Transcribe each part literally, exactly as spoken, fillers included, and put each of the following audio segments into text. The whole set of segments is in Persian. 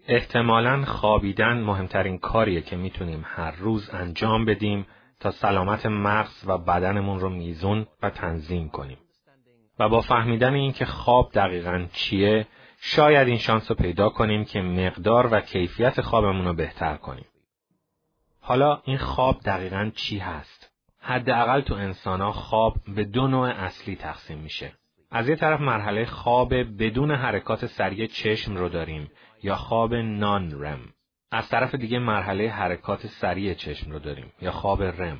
احتمالاً خوابیدن مهمترین کاریه که میتونیم هر روز انجام بدیم تا سلامت مغز و بدنمون رو میزون و تنظیم کنیم. و با فهمیدن این که خواب دقیقاً چیه، شاید این شانس رو پیدا کنیم که مقدار و کیفیت خوابمون رو بهتر کنیم. حالا این خواب دقیقاً چی هست؟ حداقل تو انسان‌ها خواب به دو نوع اصلی تقسیم میشه. از یه طرف مرحله خواب بدون حرکات سریع چشم رو داریم یا خواب نان رم. از طرف دیگه مرحله حرکات سریع چشم رو داریم یا خواب رم.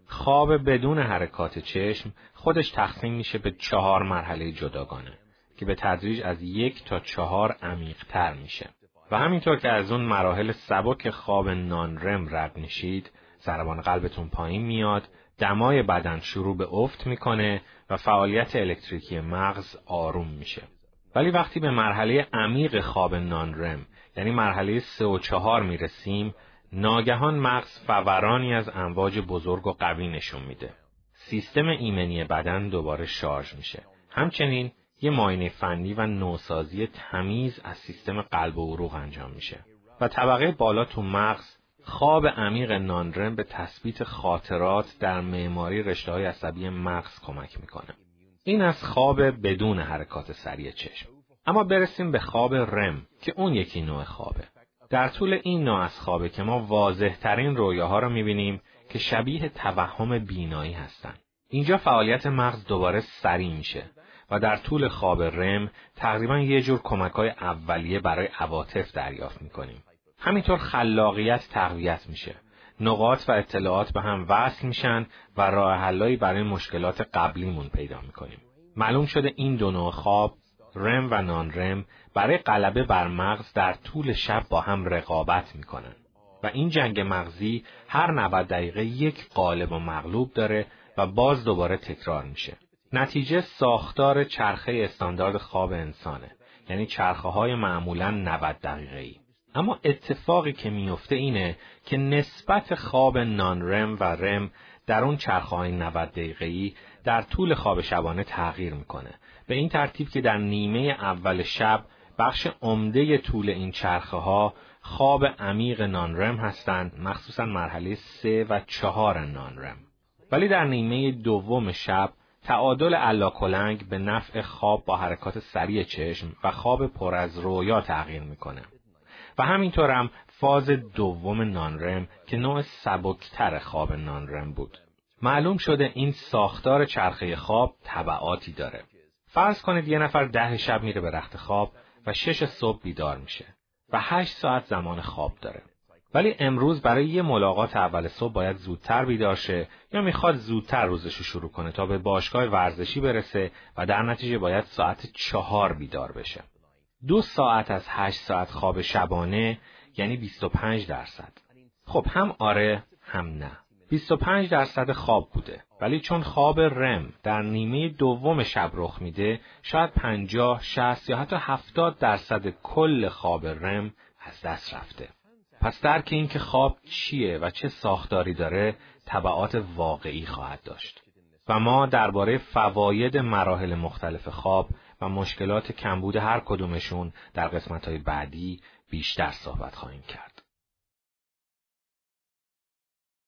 خواب بدون حرکات چشم خودش تقسیم میشه به چهار مرحله جداگانه که به تدریج از یک تا چهار عمیق‌تر میشه. و همینطور که از اون مراحل سبک خواب نان رم رد میشید، ضربان قلبتون پایین میاد، دمای بدن شروع به افت میکنه و فعالیت الکتریکی مغز آروم میشه. ولی وقتی به مرحله عمیق خواب نان رم، یعنی مرحله سه و چهار میرسیم، ناگهان مغز فورانی از امواج بزرگ و قوی نشون میده. سیستم ایمنی بدن دوباره شارژ میشه. همچنین یه معاینه فنی و نوسازی تمیز از سیستم قلب و عروق انجام میشه. و طبقه بالا تو مغز، خواب عمیق نان رم به تثبیت خاطرات در معماری رشته‌های عصبی مغز کمک میکنه. این از خواب بدون حرکات سریع چشم. اما برسیم به خواب رم که اون یکی نوع خوابه. در طول این نوع از خوابه که ما واضح ترین رویاها رو میبینیم که شبیه توهم بینایی هستن. اینجا فعالیت مغز دوباره سریع میشه و در طول خواب رم تقریبا یه جور کمک‌های اولیه برای عواطف دریافت میکنیم. همینطور خلاقیت تقویت میشه. نقاط و اطلاعات به هم وصل میشن و راه حلایی برای مشکلات قبلیمون پیدا میکنیم. معلوم شده این دو نوع خواب، رم و نان رم، برای غلبه بر مغز در طول شب با هم رقابت میکنن. و این جنگ مغزی هر نود دقیقه یک غالب و مغلوب داره و باز دوباره تکرار میشه. نتیجه ساختار چرخه استاندارد خواب انسانه، یعنی چرخه های معمولاً نود دقیقه‌ای. اما اتفاقی که میفته اینه که نسبت خواب نان رم و رم در اون چرخه‌های نود دقیقه‌ای در طول خواب شبانه تغییر میکنه. به این ترتیب که در نیمه اول شب بخش عمده طول این چرخه‌ها خواب عمیق نان رم هستند، مخصوصاً مرحله سه و چهار نان رم. ولی در نیمه دوم شب تعادل الاکلنگ به نفع خواب با حرکات سریع چشم و خواب پر از رویا تغییر میکنه. و همینطور هم فاز دوم نان رم که نوع سبکتر خواب نان رم بود. معلوم شده این ساختار چرخه خواب تبعاتی داره. فرض کنید یه نفر ده شب میره به رخت خواب و شش صبح بیدار میشه و هشت ساعت زمان خواب داره. ولی امروز برای یه ملاقات اول صبح باید زودتر بیدار شه یا میخواد زودتر روزشو شروع کنه تا به باشگاه ورزشی برسه و در نتیجه باید ساعت چهار بیدار بشه. دو ساعت از هشت ساعت خواب شبانه یعنی بیست و پنج درصد. خب هم آره هم نه. بیست و پنج درصد خواب بوده، ولی چون خواب رم در نیمه دوم شب رخ میده، شاید پنجاه، شصت یا حتی هفتاد درصد کل خواب رم از دست رفته. پس درک این که خواب چیه و چه ساختاری داره تبعات واقعی خواهد داشت. و ما درباره فواید مراحل مختلف خواب و مشکلات کمبود هر کدومشون در قسمت‌های بعدی بیشتر صحبت خواهیم کرد.